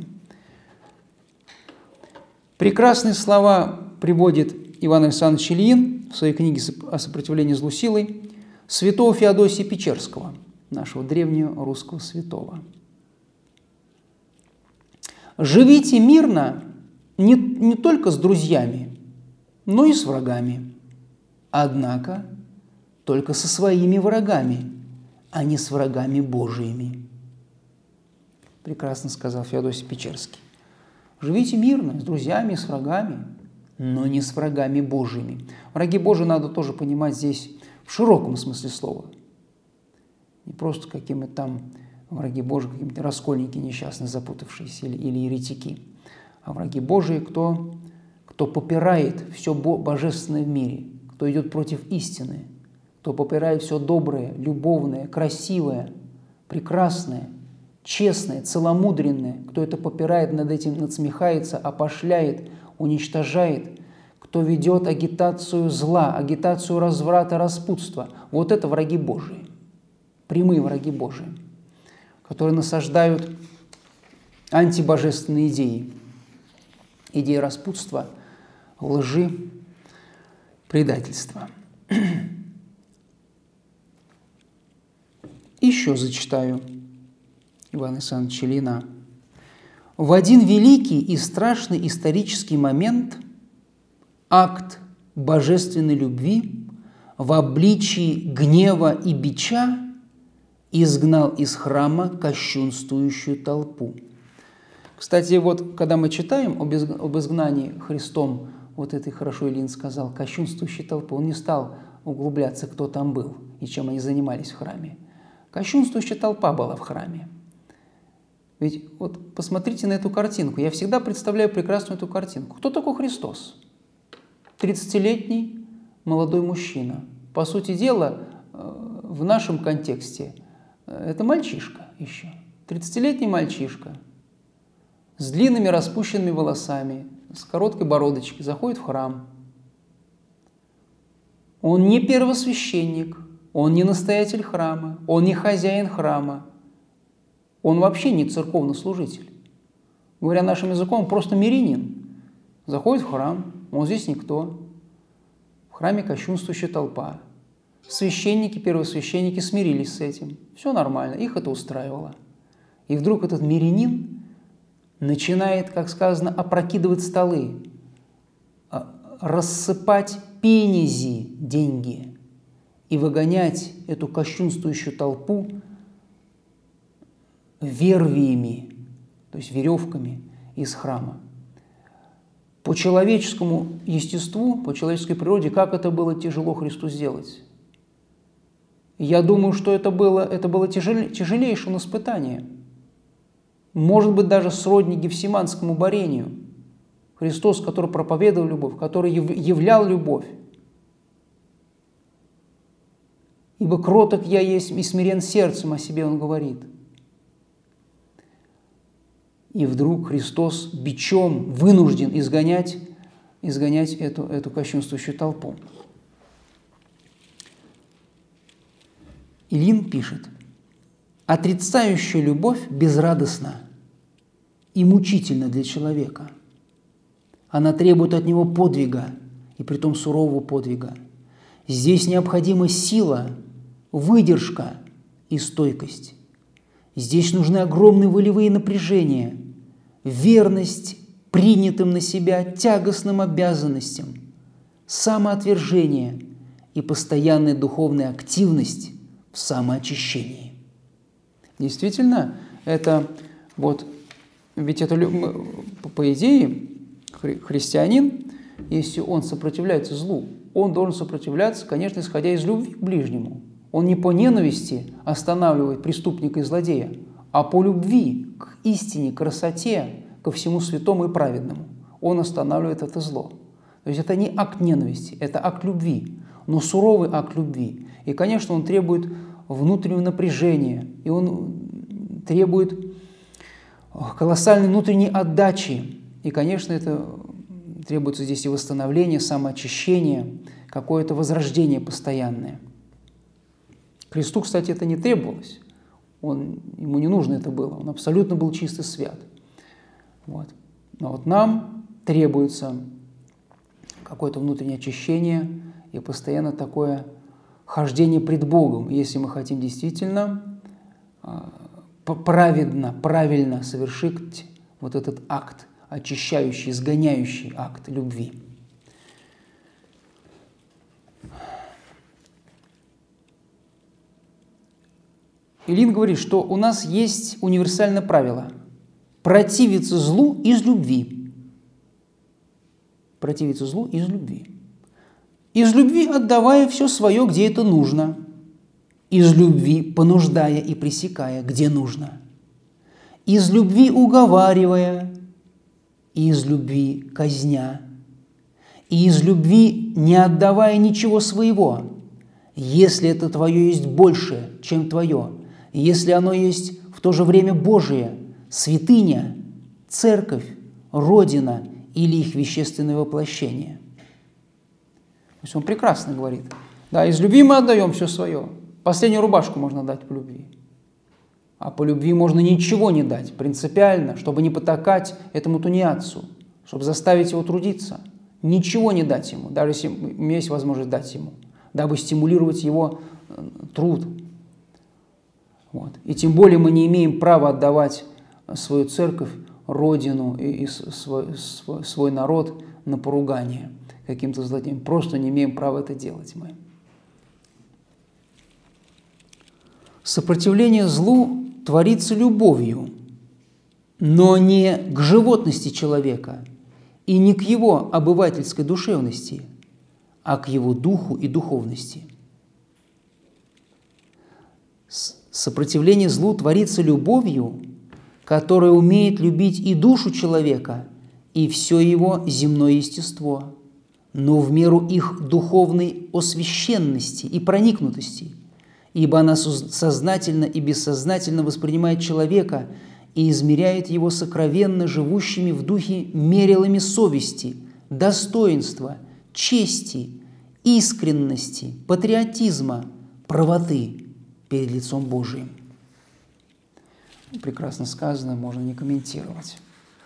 Прекрасные слова приводит Иван Александрович Ильин в своей книге о сопротивлении злу силой святого Феодосия Печерского, нашего древнего русского святого. «Живите мирно не только с друзьями, но и с врагами. Однако только со своими врагами, а не с врагами Божиими». Прекрасно сказал Феодосий Печерский. Живите мирно с друзьями, с врагами, но не с врагами Божьими. Враги Божьи надо тоже понимать здесь в широком смысле слова. Не просто какими-то там враги Божьи, какие-то раскольники несчастные, запутавшиеся или еретики, а враги Божьи, кто попирает все божественное в мире, кто идет против истины, кто попирает все доброе, любовное, красивое, прекрасное, честное, целомудренное, кто это попирает, над этим надсмехается, опошляет, уничтожает, кто ведет агитацию зла, агитацию разврата, распутства. Вот это враги Божии, прямые враги Божии, которые насаждают антибожественные идеи, идеи распутства, лжи, предательства. Еще зачитаю Ивана Александровича Ильина. В один великий и страшный исторический момент акт божественной любви в обличии гнева и бича изгнал из храма кощунствующую толпу. Кстати, вот когда мы читаем об изгнании Христом, вот это хорошо Ильин сказал, кощунствующей толпы, он не стал углубляться, кто там был и чем они занимались в храме. Кощунствующая толпа была в храме. Ведь вот посмотрите на эту картинку. Я всегда представляю прекрасную эту картинку. Кто такой Христос? 30-летний молодой мужчина. По сути дела, в нашем контексте это мальчишка еще. 30-летний мальчишка с длинными распущенными волосами, с короткой бородочкой, заходит в храм. Он не первосвященник, он не настоятель храма, он не хозяин храма, он вообще не церковнослужитель. Говоря нашим языком, он просто мирянин. Заходит в храм, он здесь никто. В храме кощунствующая толпа. Священники, первосвященники смирились с этим. Все нормально, их это устраивало. И вдруг этот мирянин начинает, как сказано, опрокидывать столы, рассыпать пенези, деньги, и выгонять эту кощунствующую толпу вервиями, то есть веревками из храма. По человеческому естеству, по человеческой природе, как это было тяжело Христу сделать? Я думаю, что это было тяжелейшее испытание. Может быть, даже сродни Гефсиманскому борению. Христос, который проповедовал любовь, который являл любовь. «Ибо кроток я есть и смирен сердцем», о себе он говорит. И вдруг Христос бичом вынужден изгонять эту кощунствующую толпу. Ильин пишет: «Отрицающая любовь безрадостна и мучительна для человека. Она требует от него подвига, и притом сурового подвига. Здесь необходима сила, выдержка и стойкость. Здесь нужны огромные волевые напряжения, верность принятым на себя тягостным обязанностям, самоотвержение и постоянная духовная активность в самоочищении». Действительно, это вот, ведь это, по идее, христианин, если он сопротивляется злу, он должен сопротивляться, конечно, исходя из любви к ближнему. Он не по ненависти останавливает преступника и злодея, а по любви к истине, к красоте, ко всему святому и праведному. Он останавливает это зло. То есть это не акт ненависти, это акт любви, но суровый акт любви. И, конечно, он требует внутреннего напряжения, и он требует колоссальной внутренней отдачи. И, конечно, это требуется здесь и восстановление, самоочищение, какое-то возрождение постоянное. Христу, кстати, это не требовалось. Ему не нужно это было. Он абсолютно был чист и свят. Вот. Но вот нам требуется какое-то внутреннее очищение и постоянно такое хождение пред Богом, если мы хотим действительно правильно совершить вот этот акт, очищающий, изгоняющий акт любви. Ильин говорит, что у нас есть универсальное правило – противиться злу из любви. Противиться злу из любви. Из любви отдавая все свое, где это нужно. Из любви понуждая и пресекая, где нужно. Из любви уговаривая, и из любви казня. И из любви не отдавая ничего своего, если это твое есть больше, чем твое, если оно есть в то же время Божие, святыня, церковь, родина или их вещественное воплощение. То есть он прекрасно говорит. Да, из любви мы отдаем все свое. Последнюю рубашку можно дать по любви. А по любви можно ничего не дать, принципиально, чтобы не потакать этому тунеядцу, чтобы заставить его трудиться. Ничего не дать ему, даже если у меня есть возможность дать ему, дабы стимулировать его труд. Вот. И тем более мы не имеем права отдавать свою церковь, родину и свой народ на поругание каким-то злодеям. Просто не имеем права это делать мы. Сопротивление злу творится любовью, но не к животности человека и не к его обывательской душевности, а к его духу и духовности. Сопротивление злу творится любовью, которая умеет любить и душу человека, и все его земное естество, но в меру их духовной освященности и проникнутости, ибо она сознательно и бессознательно воспринимает человека и измеряет его сокровенно живущими в духе мерилами совести, достоинства, чести, искренности, патриотизма, правоты перед лицом Божиим. Прекрасно сказано, можно не комментировать.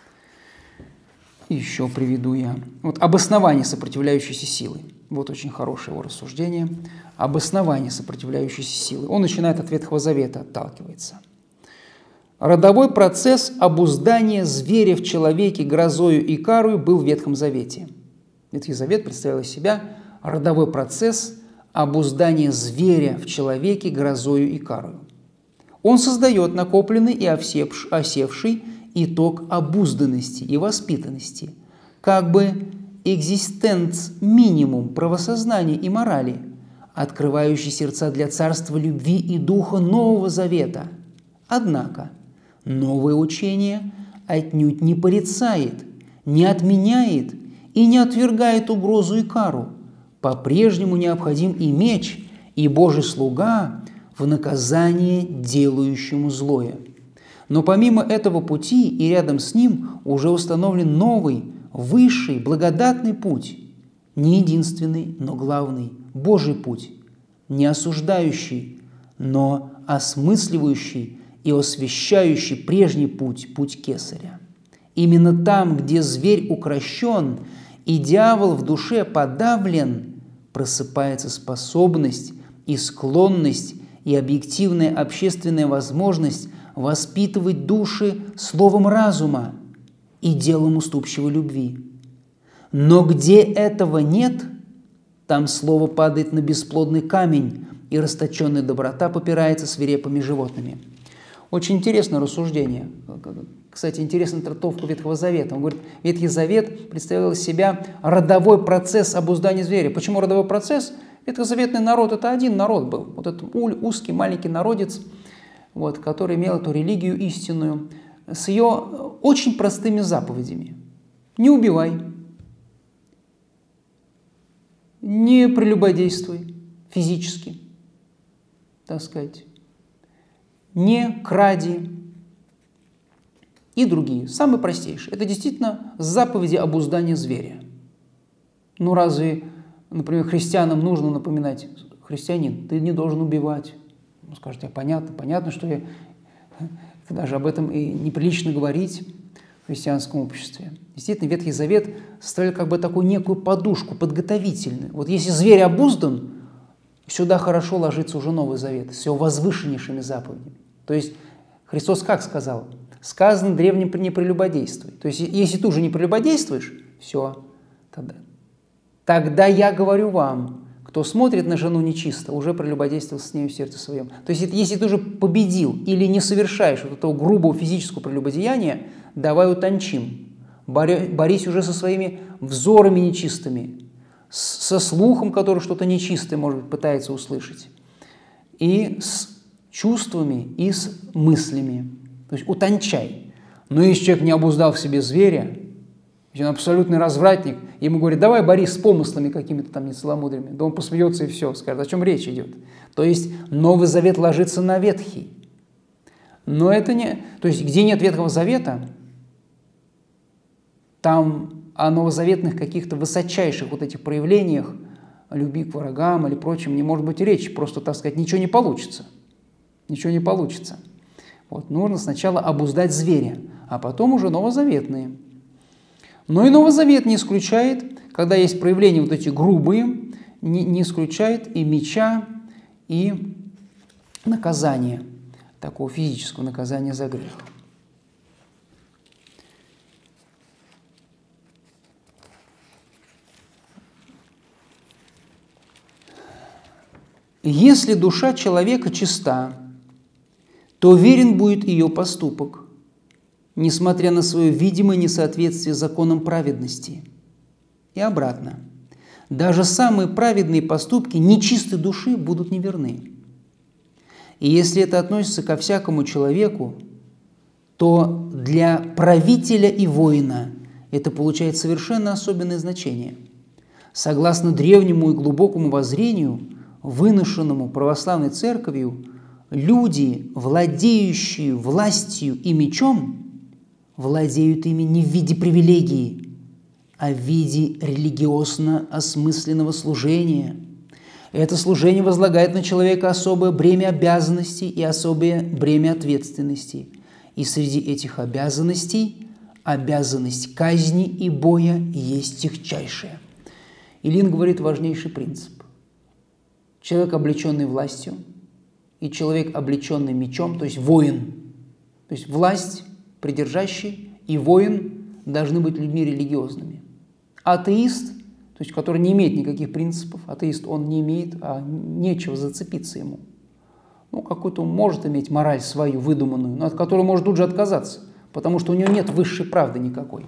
Еще приведу я. Вот обоснование сопротивляющейся силы. Вот очень хорошее его рассуждение. Обоснование сопротивляющейся силы. Он начинает от Ветхого Завета, отталкивается. Родовой процесс обуздания зверя в человеке грозою и карою был в Ветхом Завете. Ветхий Завет представлял из себя родовой процесс обуздания зверя в человеке грозою и карою. Он создает накопленный и осевший итог обузданности и воспитанности, как бы экзистенц-минимум правосознания и морали, открывающий сердца для царства любви и духа Нового Завета. Однако новое учение отнюдь не порицает, не отменяет и не отвергает угрозу и кару. По-прежнему необходим и меч, и Божий слуга в наказание делающему злое. Но помимо этого пути и рядом с ним уже установлен новый, высший, благодатный путь, не единственный, но главный, Божий путь, не осуждающий, но осмысливающий и освящающий прежний путь, путь Кесаря. Именно там, где зверь укрощен и дьявол в душе подавлен, просыпается способность и склонность и объективная общественная возможность воспитывать души словом разума и делом уступчивой любви. Но где этого нет, там слово падает на бесплодный камень, и расточенная доброта попирается свирепыми животными. Очень интересное рассуждение. Кстати, интересная трактовка Ветхого Завета. Он говорит, Ветхий Завет представлял из себя родовой процесс обуздания зверя. Почему родовой процесс? Ветхозаветный народ – это один народ был. Вот этот узкий маленький народец, вот, который имел эту религию истинную, с ее очень простыми заповедями. Не убивай, не прелюбодействуй физически, так сказать, не кради и другие, самые простейшие. Это действительно заповеди обуздания зверя. Ну разве, например, христианам нужно напоминать: христианин, ты не должен убивать? Ну, скажете, понятно, что даже об этом и неприлично говорить в христианском обществе. Действительно, Ветхий Завет составлял как бы такую некую подушку, подготовительную. Вот если зверь обуздан, сюда хорошо ложится уже Новый Завет с его возвышеннейшими заповедями. То есть Христос как сказал? Сказано древним: не прелюбодействуй. То есть если ты уже не прелюбодействуешь, все, тогда я говорю вам, кто смотрит на жену нечисто, уже прелюбодействовал с нею в сердце своем. То есть если ты уже победил или не совершаешь вот этого грубого физического прелюбодеяния, давай утончим. Борись уже со своими взорами нечистыми, со слухом, который что-то нечистое, может быть, пытается услышать, и с чувствами, и с мыслями. То есть утончай. Но если человек не обуздал в себе зверя, он абсолютный развратник, ему говорят: давай борись с помыслами какими-то там нецеломудренными. Да он посмеется и все, скажет: о чем речь идет. То есть Новый Завет ложится на Ветхий. Но это не... То есть где нет Ветхого Завета, там о новозаветных каких-то высочайших вот этих проявлениях любви к врагам или прочим не может быть и речи. Просто, так сказать, ничего не получится. Ничего не получится. Вот, нужно сначала обуздать зверя, а потом уже новозаветные. Но и Новый Завет не исключает, когда есть проявления вот эти грубые, не исключает и меча, и наказания. такого физического наказания за грех. Если душа человека чиста, то верен будет ее поступок, несмотря на свое видимое несоответствие законам праведности. И обратно. Даже самые праведные поступки нечистой души будут неверны. И если это относится ко всякому человеку, то для правителя и воина это получает совершенно особенное значение. Согласно древнему и глубокому воззрению, выношенному православной церковью, люди, владеющие властью и мечом, владеют ими не в виде привилегии, а в виде религиозно-осмысленного служения. Это служение возлагает на человека особое бремя обязанностей и особое бремя ответственности. И среди этих обязанностей обязанность казни и боя есть техчайшая. Илин говорит важнейший принцип. Человек, облеченный властью, и человек, облеченный мечом, то есть воин, то есть власть, придержащий, и воин должны быть людьми религиозными. Атеист, то есть который не имеет никаких принципов, атеист он не имеет, а нечего зацепиться ему. Какую-то он может иметь мораль свою выдуманную, но от которой может тут же отказаться, потому что у него нет высшей правды никакой.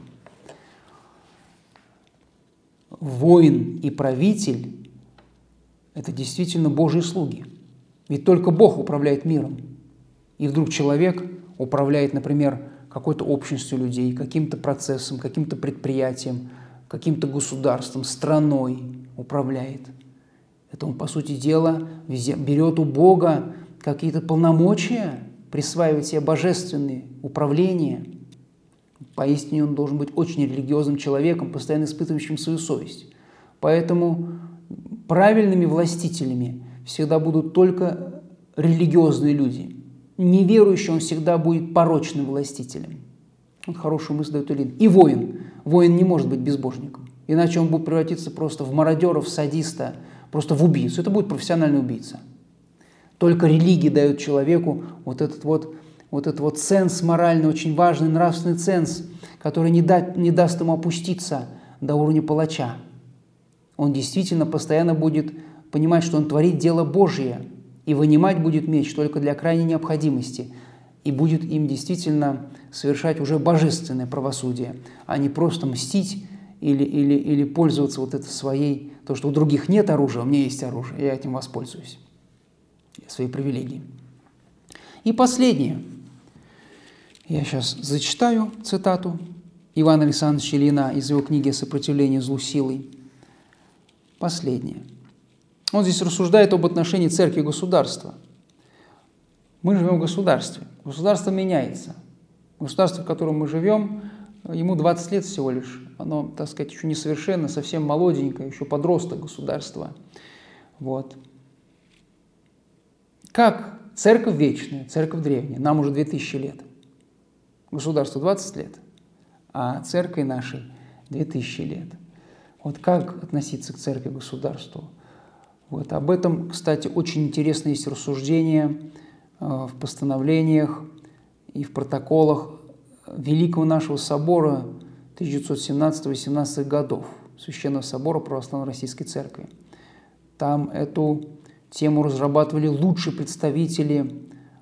Воин и правитель – это действительно Божьи слуги. Ведь только Бог управляет миром. И вдруг человек управляет, например, какой-то общностью людей, каким-то процессом, каким-то предприятием, каким-то государством, страной управляет. Это он, по сути дела, берет у Бога какие-то полномочия, присваивает себе божественные управления. Поистине он должен быть очень религиозным человеком, постоянно испытывающим свою совесть. Поэтому правильными властителями всегда будут только религиозные люди. Неверующий он всегда будет порочным властителем. Вот хорошую мысль дает Илин. И воин. Воин не может быть безбожником. Иначе он будет превратиться просто в мародера, в садиста, просто в убийцу. Это будет профессиональный убийца. Только религия дает человеку вот этот ценз моральный, очень важный нравственный ценз, который не даст ему опуститься до уровня палача. Он действительно постоянно будет понимать, что он творит дело Божье, и вынимать будет меч только для крайней необходимости, и будет им действительно совершать уже божественное правосудие, а не просто мстить или пользоваться вот этой своей, то, что у других нет оружия, у меня есть оружие, я этим воспользуюсь, своей привилегией. И последнее. Я сейчас зачитаю цитату Ивана Александровича Ильина из его книги «Сопротивление злу силой». Последнее. Он здесь рассуждает об отношении церкви и государства. Мы живем в государстве. Государство меняется. Государство, в котором мы живем, ему 20 лет всего лишь. Оно, так сказать, еще несовершенно, совсем молоденькое, еще подросток государства. Вот. Как церковь вечная, церковь древняя, нам уже 2000 лет. Государству 20 лет, а церкви нашей 2000 лет. Вот как относиться к церкви и государству? Вот. Об этом, кстати, очень интересно есть рассуждения в постановлениях и в протоколах Великого нашего собора 1917-18 годов, Священного собора Православной Российской Церкви. Там эту тему разрабатывали лучшие представители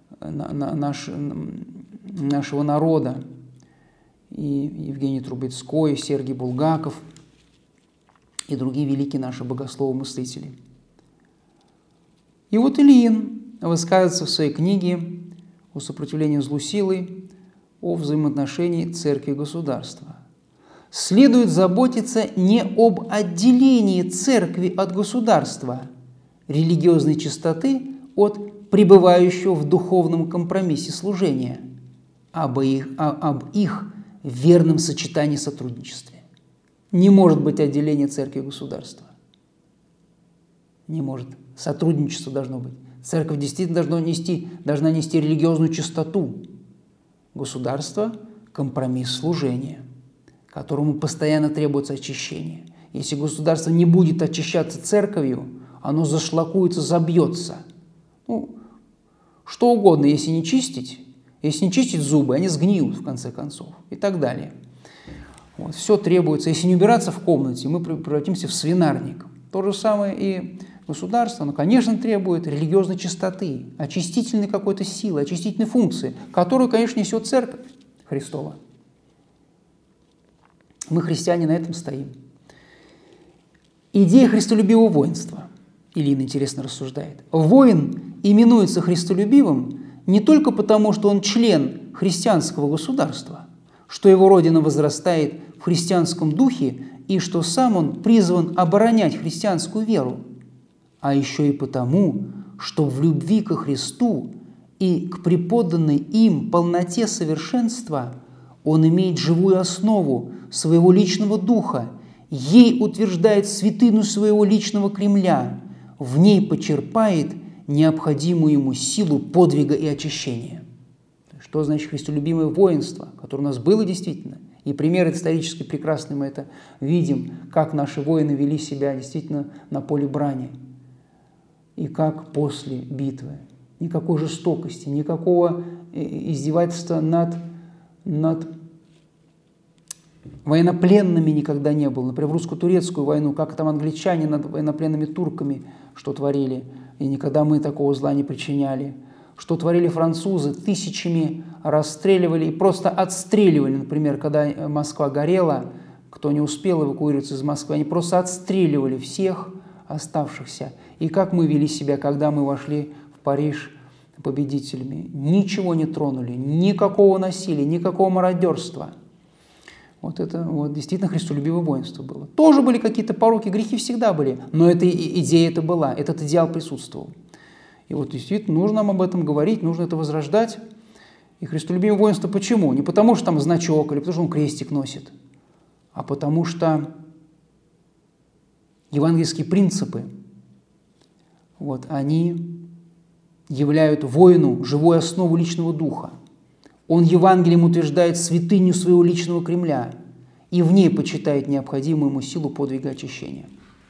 нашего народа. И Евгений Трубецкой, и Сергий Булгаков, и другие великие наши богословы-мыслители. И вот Ильин высказывается в своей книге «О сопротивлении злу силой» о взаимоотношении церкви и государства. Следует заботиться не об отделении церкви от государства, религиозной чистоты от пребывающего в духовном компромиссе служения, об их верном сочетании сотрудничестве. Не может быть отделения церкви и государства. Не может. Сотрудничество должно быть. Церковь действительно должна нести религиозную чистоту. Государство – компромисс служения, которому постоянно требуется очищение. Если государство не будет очищаться церковью, оно зашлакуется, забьется. что угодно, если не чистить зубы, они сгниют в конце концов и так далее. Вот, все требуется. Если не убираться в комнате, мы превратимся в свинарник. То же самое и государство, оно, конечно, требует религиозной чистоты, очистительной какой-то силы, очистительной функции, которую, конечно, несет Церковь Христова. Мы, христиане, на этом стоим. Идея христолюбивого воинства. Ильин интересно рассуждает. Воин именуется христолюбивым не только потому, что он член христианского государства, что его родина возрастает в христианском духе и что сам он призван оборонять христианскую веру, а еще и потому, что в любви ко Христу и к преподанной им полноте совершенства он имеет живую основу своего личного духа, ей утверждает святыню своего личного Кремля, в ней почерпает необходимую ему силу подвига и очищения. Что значит христолюбимое воинство, которое у нас было действительно? И пример исторически прекрасный мы это видим, как наши воины вели себя действительно на поле брани. И как после битвы. Никакой жестокости, никакого издевательства над военнопленными никогда не было. Например, в русско-турецкую войну, как там англичане над военнопленными турками что творили, и никогда мы такого зла не причиняли. Что творили французы, тысячами расстреливали и просто отстреливали. Например, когда Москва горела, кто не успел эвакуироваться из Москвы, они просто отстреливали всех оставшихся. И как мы вели себя, когда мы вошли в Париж победителями. Ничего не тронули, никакого насилия, никакого мародерства. Вот это вот действительно христолюбивое воинство было. Тоже были какие-то пороки, грехи всегда были, но эта идея это была, этот идеал присутствовал. И вот действительно нужно нам об этом говорить, нужно это возрождать. И христолюбивое воинство почему? Не потому, что там значок или потому, что он крестик носит, а потому что евангельские принципы, вот, они являют воину живую основу личного духа. Он Евангелием утверждает святыню своего личного Кремля и в ней почитает необходимую ему силу подвига очищения.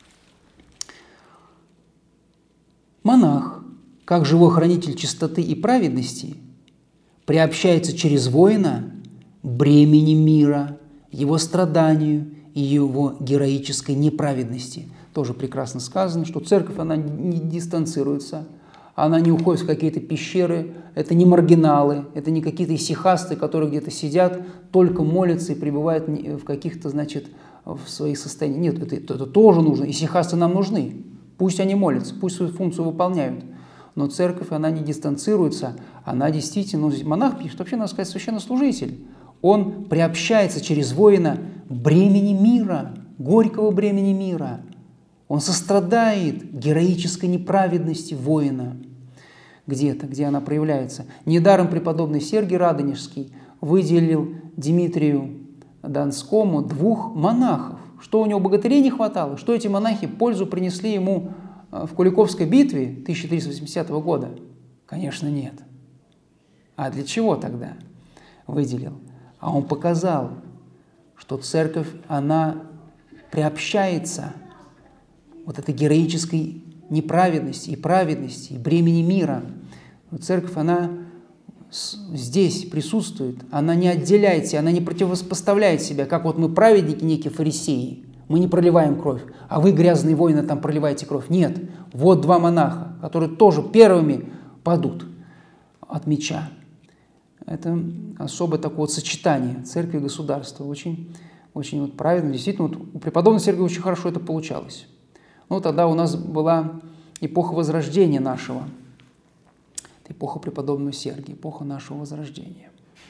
Монах, как живой хранитель чистоты и праведности, приобщается через воина бремени мира, его страданию и его героической неправедности. Тоже прекрасно сказано, что церковь, она не дистанцируется, она не уходит в какие-то пещеры, это не маргиналы, это не какие-то исихасты, которые где-то сидят, только молятся и пребывают в каких-то, значит, в своих состояниях. Нет, это тоже нужно, исихасты нам нужны, пусть они молятся, пусть свою функцию выполняют. Но церковь, она не дистанцируется, она действительно, ну, монах пишет, вообще, надо сказать, священнослужитель, он приобщается через воина бремени мира, горького бремени мира. Он сострадает героической неправедности воина где-то, где она проявляется. Недаром преподобный Сергий Радонежский выделил Дмитрию Донскому 2 монахов. Что у него богатырей не хватало, что эти монахи пользу принесли ему в Куликовской битве 1380 года? Конечно, нет. А для чего тогда выделил? А он показал, что церковь, она приобщается вот этой героической неправедности и праведности, и бремени мира. Церковь, она здесь присутствует, она не отделяет себя, она не противопоставляет себя, как вот мы праведники, некие фарисеи, мы не проливаем кровь, а вы, грязные воины, там проливаете кровь. Нет, вот 2 монаха, которые тоже первыми падут от меча. Это особое такое вот сочетание церкви и государства, очень вот правильно. Действительно, вот у преподобного Сергия очень хорошо это получалось. Ну, тогда у нас была эпоха Возрождения нашего. Это эпоха преподобного Сергия, эпоха нашего Возрождения.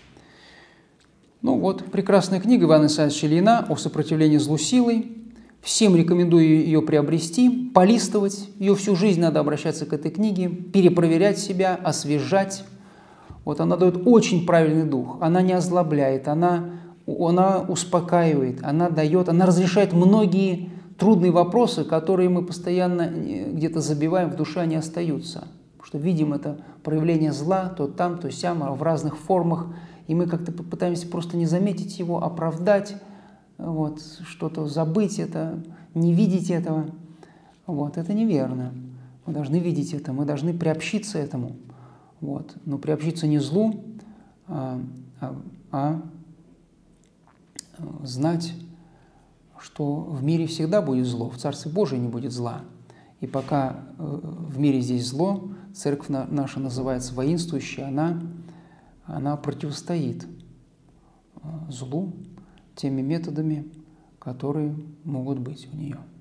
Ну вот, прекрасная книга Ивана Исаевича Ильина «О сопротивлении злу силой». Всем рекомендую ее приобрести, полистывать. Ее всю жизнь надо обращаться к этой книге, перепроверять себя, освежать. Вот она дает очень правильный дух, она не озлобляет, она успокаивает, она разрешает многие трудные вопросы, которые мы постоянно где-то забиваем, в душе они остаются. Потому что видим это проявление зла то там, то сям, в разных формах, и мы как-то пытаемся просто не заметить его, оправдать, вот, что-то забыть это, не видеть этого. Вот, это неверно. Мы должны видеть это, мы должны приобщиться этому. Вот. Но приобщиться не злу, а знать, что в мире всегда будет зло, в Царстве Божьем не будет зла. И пока в мире здесь зло, церковь наша называется воинствующей, она противостоит злу теми методами, которые могут быть у нее.